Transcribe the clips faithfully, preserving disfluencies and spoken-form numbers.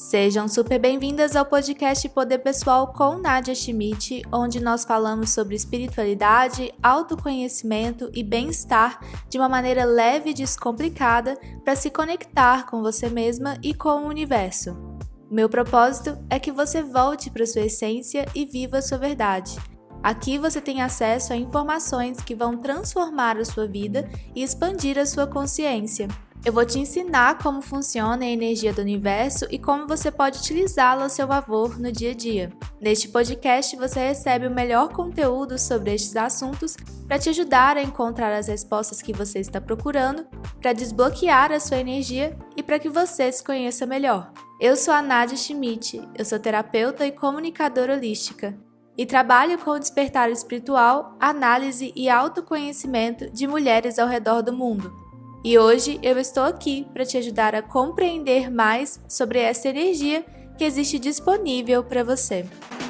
Sejam super bem-vindas ao podcast Poder Pessoal com Nadia Schmidt, onde nós falamos sobre espiritualidade, autoconhecimento e bem-estar de uma maneira leve e descomplicada para se conectar com você mesma e com o universo. O meu propósito é que você volte para sua essência e viva a sua verdade. Aqui você tem acesso a informações que vão transformar a sua vida e expandir a sua consciência. Eu vou te ensinar como funciona a energia do universo e como você pode utilizá-la a seu favor no dia a dia. Neste podcast, você recebe o melhor conteúdo sobre estes assuntos para te ajudar a encontrar as respostas que você está procurando, para desbloquear a sua energia e para que você se conheça melhor. Eu sou a Nadia Schmidt, eu sou terapeuta e comunicadora holística e trabalho com o despertar espiritual, análise e autoconhecimento de mulheres ao redor do mundo. E hoje eu estou aqui para te ajudar a compreender mais sobre essa energia que existe disponível para você.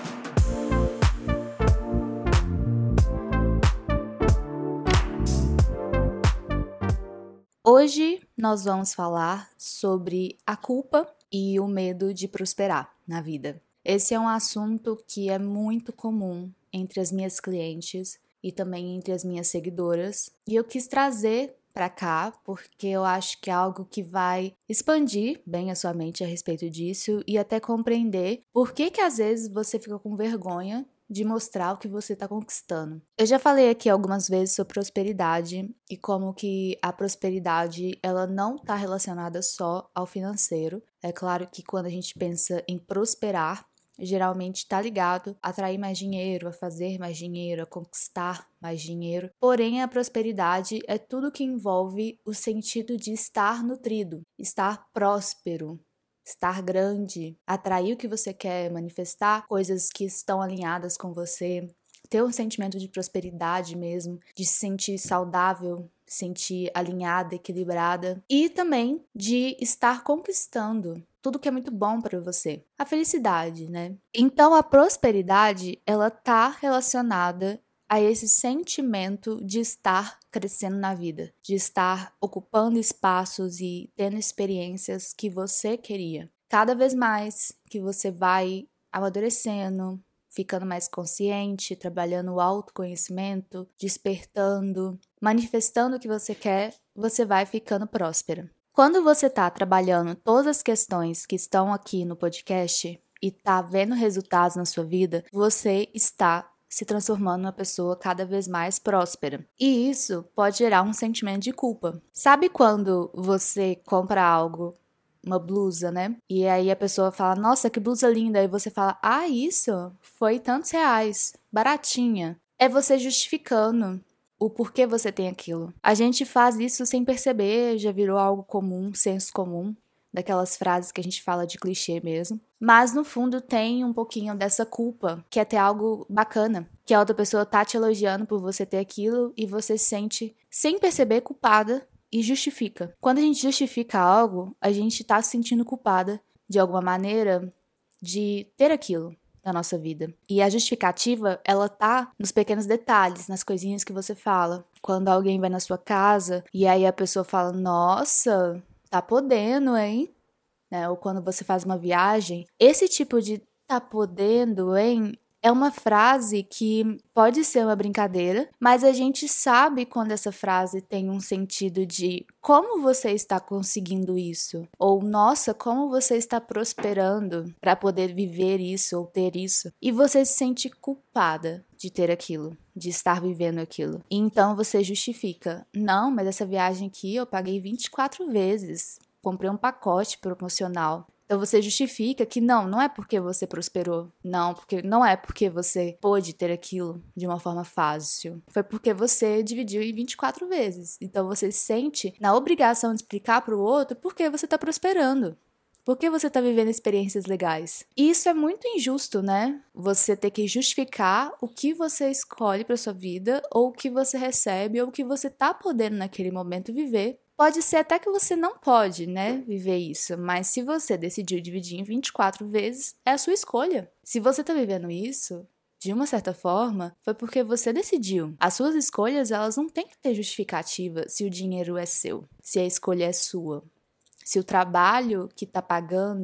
Hoje nós vamos falar sobre a culpa e o medo de prosperar na vida. Esse é um assunto que é muito comum entre as minhas clientes e também entre as minhas seguidoras, e eu quis trazer para cá, porque eu acho que é algo que vai expandir bem a sua mente a respeito disso e até compreender por que que às vezes você fica com vergonha de mostrar o que você está conquistando. Eu já falei aqui algumas vezes sobre prosperidade e como que a prosperidade ela não está relacionada só ao financeiro. É claro que quando a gente pensa em prosperar, geralmente está ligado a atrair mais dinheiro, a fazer mais dinheiro, a conquistar mais dinheiro. Porém, a prosperidade é tudo que envolve o sentido de estar nutrido, estar próspero, estar grande, atrair o que você quer, manifestar coisas que estão alinhadas com você, ter um sentimento de prosperidade mesmo, de se sentir saudável, se sentir alinhada, equilibrada e também de estar conquistando tudo que é muito bom para você. A felicidade, né? Então, a prosperidade, ela tá relacionada a esse sentimento de estar crescendo na vida, de estar ocupando espaços e tendo experiências que você queria. Cada vez mais que você vai amadurecendo, ficando mais consciente, trabalhando o autoconhecimento, despertando, manifestando o que você quer, você vai ficando próspera. Quando você está trabalhando todas as questões que estão aqui no podcast e está vendo resultados na sua vida, você está se transformando numa pessoa cada vez mais próspera. E isso pode gerar um sentimento de culpa. Sabe quando você compra algo, uma blusa, né? E aí a pessoa fala, nossa, que blusa linda. E você fala, ah, isso foi tantos reais, baratinha. É você justificando o porquê você tem aquilo. A gente faz isso sem perceber, já virou algo comum, senso comum, daquelas frases que a gente fala de clichê mesmo. Mas no fundo tem um pouquinho dessa culpa, que é ter algo bacana, que a outra pessoa tá te elogiando por você ter aquilo e você se sente, sem perceber, culpada e justifica. Quando a gente justifica algo, a gente tá se sentindo culpada de alguma maneira de ter aquilo na nossa vida. E a justificativa, ela tá nos pequenos detalhes, nas coisinhas que você fala. Quando alguém vai na sua casa e aí a pessoa fala, nossa, tá podendo, hein? Né? Ou quando você faz uma viagem. Esse tipo de tá podendo, hein? É uma frase que pode ser uma brincadeira, mas a gente sabe quando essa frase tem um sentido de como você está conseguindo isso? Ou, nossa, como você está prosperando para poder viver isso ou ter isso? E você se sente culpada de ter aquilo, de estar vivendo aquilo. E então você justifica, não, mas essa viagem aqui eu paguei vinte e quatro vezes, comprei um pacote promocional. Então você justifica que não, não é porque você prosperou, não, porque não é porque você pôde ter aquilo de uma forma fácil, foi porque você dividiu em vinte e quatro vezes. Então você se sente na obrigação de explicar para o outro por que você está prosperando, por que você está vivendo experiências legais. E isso é muito injusto, né? Você ter que justificar o que você escolhe para sua vida, ou o que você recebe, ou o que você está podendo naquele momento viver. Pode ser até que você não pode, né, viver isso, mas se você decidiu dividir em vinte e quatro vezes, é a sua escolha. Se você tá vivendo isso, de uma certa forma, foi porque você decidiu. As suas escolhas, elas não têm que ter justificativa se o dinheiro é seu, se a escolha é sua. Se o trabalho que tá pagando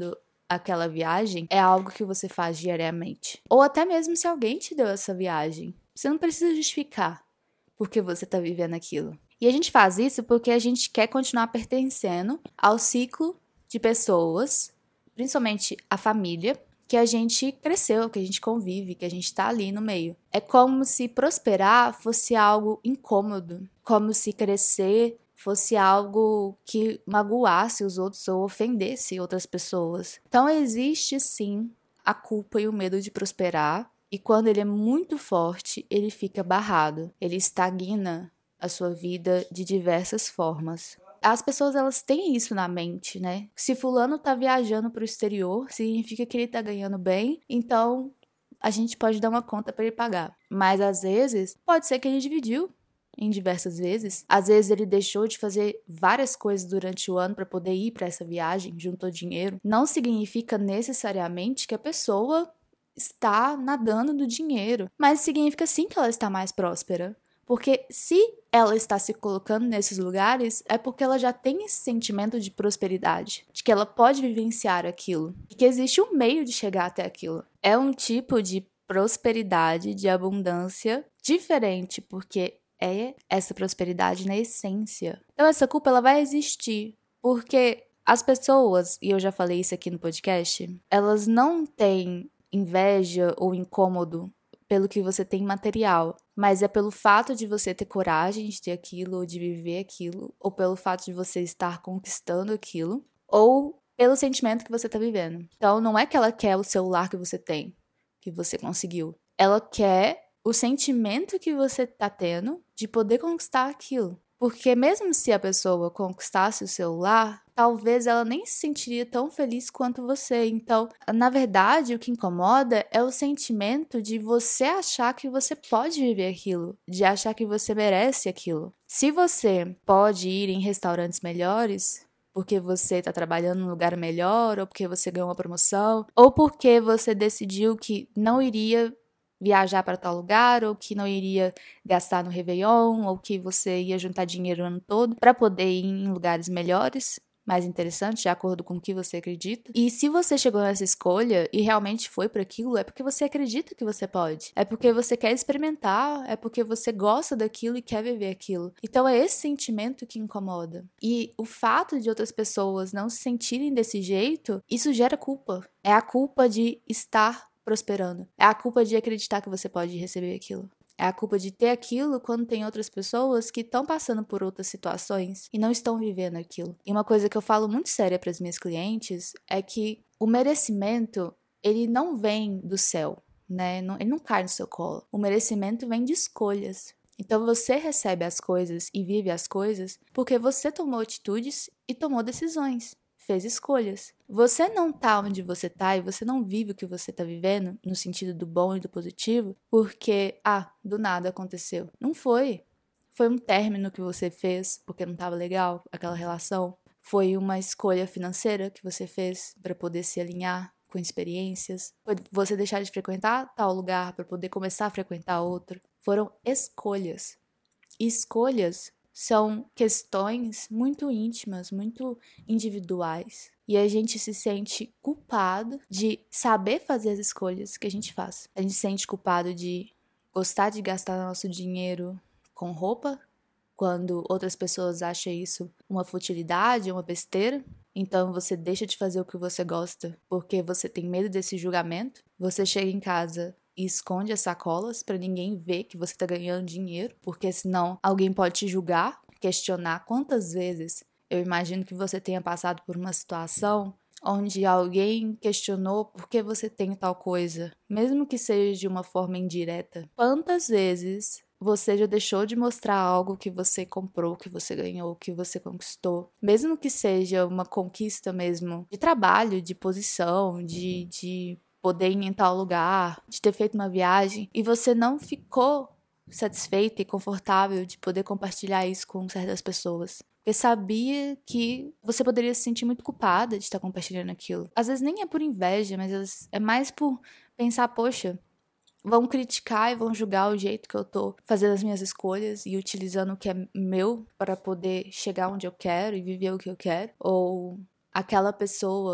aquela viagem é algo que você faz diariamente. Ou até mesmo se alguém te deu essa viagem. Você não precisa justificar por que você está vivendo aquilo. E a gente faz isso porque a gente quer continuar pertencendo ao ciclo de pessoas, principalmente a família, que a gente cresceu, que a gente convive, que a gente tá ali no meio. É como se prosperar fosse algo incômodo, como se crescer fosse algo que magoasse os outros ou ofendesse outras pessoas. Então existe sim a culpa e o medo de prosperar, e quando ele é muito forte, ele fica barrado, ele estagna a sua vida de diversas formas. As pessoas, elas têm isso na mente, né? Se fulano tá viajando pro exterior, significa que ele tá ganhando bem, então a gente pode dar uma conta para ele pagar. Mas às vezes, pode ser que ele dividiu em diversas vezes. Às vezes ele deixou de fazer várias coisas durante o ano para poder ir para essa viagem, juntou dinheiro. Não significa necessariamente que a pessoa está nadando do dinheiro, mas significa sim que ela está mais próspera. Porque se ela está se colocando nesses lugares, é porque ela já tem esse sentimento de prosperidade, de que ela pode vivenciar aquilo, e que existe um meio de chegar até aquilo. É um tipo de prosperidade, de abundância diferente, porque é essa prosperidade na essência. Então essa culpa, ela vai existir, porque as pessoas, e eu já falei isso aqui no podcast, elas não têm inveja ou incômodo pelo que você tem material, mas é pelo fato de você ter coragem de ter aquilo, ou de viver aquilo, ou pelo fato de você estar conquistando aquilo, ou pelo sentimento que você tá vivendo. Então, não é que ela quer o celular que você tem, que você conseguiu. Ela quer o sentimento que você tá tendo de poder conquistar aquilo. Porque mesmo se a pessoa conquistasse o celular, talvez ela nem se sentiria tão feliz quanto você. Então, na verdade, o que incomoda é o sentimento de você achar que você pode viver aquilo, de achar que você merece aquilo. Se você pode ir em restaurantes melhores, porque você está trabalhando num lugar melhor, ou porque você ganhou uma promoção, ou porque você decidiu que não iria viajar para tal lugar, ou que não iria gastar no Réveillon, ou que você ia juntar dinheiro o ano todo para poder ir em lugares melhores, mais interessantes, de acordo com o que você acredita. E se você chegou nessa escolha e realmente foi para aquilo, é porque você acredita que você pode. É porque você quer experimentar, é porque você gosta daquilo e quer viver aquilo. Então é esse sentimento que incomoda. E o fato de outras pessoas não se sentirem desse jeito, isso gera culpa. É a culpa de estar prosperando. É a culpa de acreditar que você pode receber aquilo. É a culpa de ter aquilo quando tem outras pessoas que estão passando por outras situações e não estão vivendo aquilo. E uma coisa que eu falo muito séria para as minhas clientes é que o merecimento, ele não vem do céu, né? Não, ele não cai no seu colo. O merecimento vem de escolhas. Então você recebe as coisas e vive as coisas porque você tomou atitudes e tomou decisões. Fez escolhas. Você não tá onde você tá e você não vive o que você tá vivendo, no sentido do bom e do positivo, porque, ah, do nada aconteceu. Não foi. Foi um término que você fez porque não tava legal aquela relação. Foi uma escolha financeira que você fez para poder se alinhar com experiências. Foi você deixar de frequentar tal lugar para poder começar a frequentar outro. Foram escolhas. E escolhas são questões muito íntimas, muito individuais. E a gente se sente culpado de saber fazer as escolhas que a gente faz. A gente se sente culpado de gostar de gastar nosso dinheiro com roupa, quando outras pessoas acham isso uma futilidade, uma besteira. Então você deixa de fazer o que você gosta porque você tem medo desse julgamento. Você chega em casa e esconde as sacolas para ninguém ver que você tá ganhando dinheiro, porque senão alguém pode te julgar, questionar. Quantas vezes eu imagino que você tenha passado por uma situação onde alguém questionou por que você tem tal coisa, mesmo que seja de uma forma indireta. Quantas vezes você já deixou de mostrar algo que você comprou, que você ganhou, que você conquistou, mesmo que seja uma conquista mesmo de trabalho, de posição, de, de poder ir em tal lugar, de ter feito uma viagem, e você não ficou satisfeita e confortável de poder compartilhar isso com certas pessoas. Porque sabia que você poderia se sentir muito culpada de estar compartilhando aquilo. Às vezes nem é por inveja, mas é mais por pensar, poxa, vão criticar e vão julgar o jeito que eu tô fazendo as minhas escolhas e utilizando o que é meu para poder chegar onde eu quero e viver o que eu quero. Ou aquela pessoa,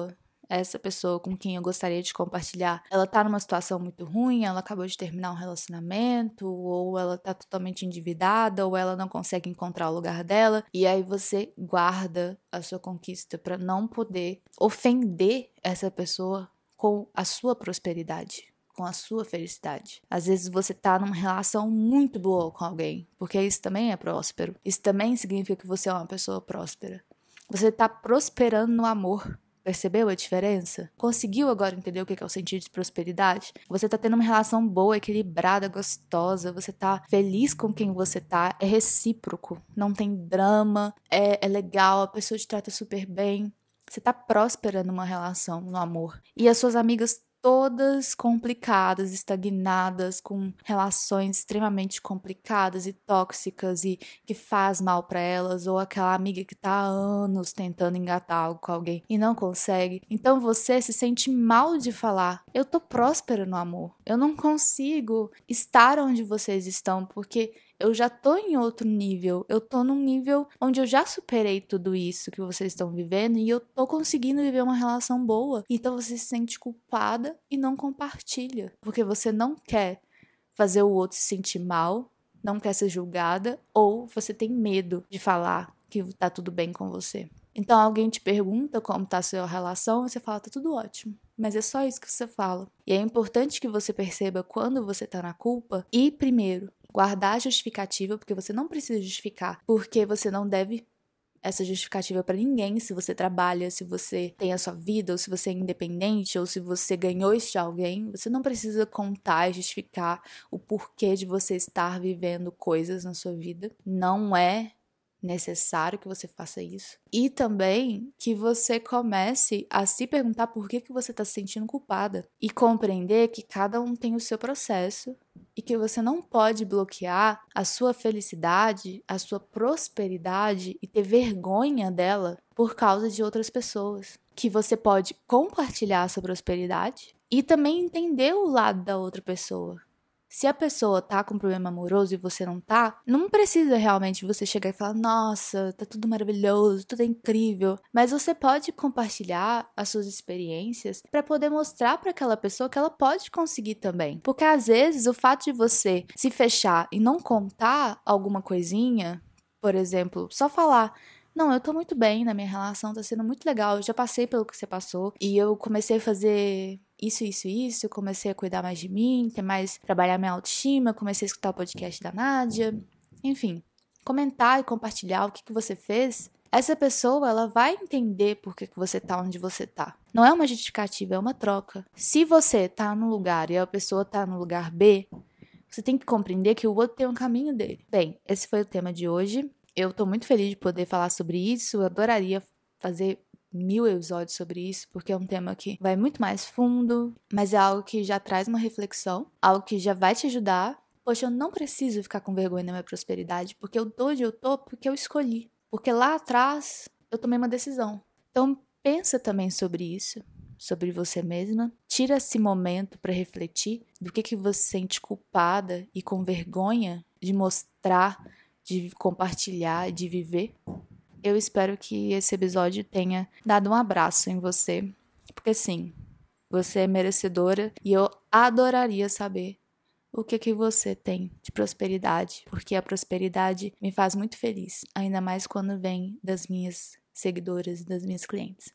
essa pessoa com quem eu gostaria de compartilhar, ela tá numa situação muito ruim, ela acabou de terminar um relacionamento, ou ela tá totalmente endividada, ou ela não consegue encontrar o lugar dela, e aí você guarda a sua conquista pra não poder ofender essa pessoa com a sua prosperidade, com a sua felicidade. Às vezes você tá numa relação muito boa com alguém, porque isso também é próspero. Isso também significa que você é uma pessoa próspera. Você tá prosperando no amor. Percebeu a diferença? Conseguiu agora entender o que é o sentido de prosperidade? Você tá tendo uma relação boa, equilibrada, gostosa, você tá feliz com quem você tá, é recíproco, não tem drama, é, é legal, a pessoa te trata super bem. Você tá próspera numa relação, no amor. E as suas amigas todas complicadas, estagnadas, com relações extremamente complicadas e tóxicas e que faz mal pra elas, ou aquela amiga que tá há anos tentando engatar algo com alguém e não consegue. Então você se sente mal de falar: eu tô próspera no amor, eu não consigo estar onde vocês estão, porque eu já tô em outro nível, eu tô num nível onde eu já superei tudo isso que vocês estão vivendo e eu tô conseguindo viver uma relação boa. Então você se sente culpada e não compartilha, porque você não quer fazer o outro se sentir mal, não quer ser julgada, ou você tem medo de falar que tá tudo bem com você. Então alguém te pergunta como tá a sua relação, você fala: tá tudo ótimo. Mas é só isso que você fala. E é importante que você perceba quando você tá na culpa e, primeiro, guardar a justificativa, porque você não precisa justificar, porque você não deve essa justificativa pra ninguém. Se você trabalha, se você tem a sua vida, ou se você é independente, ou se você ganhou isso de alguém, você não precisa contar e justificar o porquê de você estar vivendo coisas na sua vida. Não é necessário que você faça isso. E também que você comece a se perguntar por que, que você está se sentindo culpada. E compreender que cada um tem o seu processo e que você não pode bloquear a sua felicidade, a sua prosperidade e ter vergonha dela por causa de outras pessoas. Que você pode compartilhar a sua prosperidade e também entender o lado da outra pessoa. Se a pessoa tá com um problema amoroso e você não tá, não precisa realmente você chegar e falar: nossa, tá tudo maravilhoso, tudo é incrível. Mas você pode compartilhar as suas experiências pra poder mostrar pra aquela pessoa que ela pode conseguir também. Porque às vezes o fato de você se fechar e não contar alguma coisinha, por exemplo, só falar: não, eu tô muito bem na minha relação, tá sendo muito legal, eu já passei pelo que você passou e eu comecei a fazer isso, isso, isso, eu comecei a cuidar mais de mim, ter mais, trabalhar minha autoestima, comecei a escutar o podcast da Nádia, enfim, comentar e compartilhar o que, que você fez. Essa pessoa, ela vai entender por que, que você tá onde você tá. Não é uma justificativa, é uma troca. Se você tá num lugar e a pessoa tá no lugar B, você tem que compreender que o outro tem um caminho dele. Bem, esse foi o tema de hoje. Eu tô muito feliz de poder falar sobre isso, eu adoraria fazer mil episódios sobre isso, porque é um tema que vai muito mais fundo, mas é algo que já traz uma reflexão, algo que já vai te ajudar. Poxa, eu não preciso ficar com vergonha da minha prosperidade, porque eu tô onde eu tô porque eu escolhi, porque lá atrás eu tomei uma decisão. Então pensa também sobre isso, sobre você mesma, tira esse momento para refletir do que, que você sente culpada e com vergonha de mostrar, de compartilhar, de viver. Eu espero que esse episódio tenha dado um abraço em você, porque sim, você é merecedora e eu adoraria saber o que que você tem de prosperidade, porque a prosperidade me faz muito feliz, ainda mais quando vem das minhas seguidoras e das minhas clientes.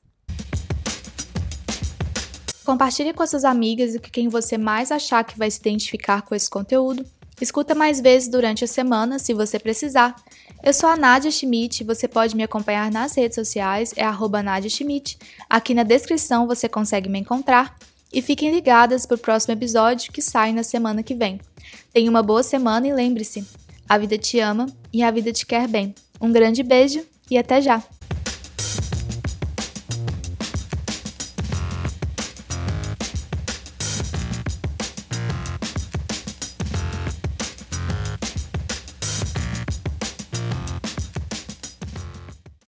Compartilhe com suas amigas e com quem você mais achar que vai se identificar com esse conteúdo. Escuta mais vezes durante a semana, se você precisar. Eu sou a Nádia Schmidt, você pode me acompanhar nas redes sociais, é arroba Nádia Schmidt. Aqui na descrição você consegue me encontrar. E fiquem ligadas para o próximo episódio que sai na semana que vem. Tenha uma boa semana e lembre-se, a vida te ama e a vida te quer bem. Um grande beijo e até já!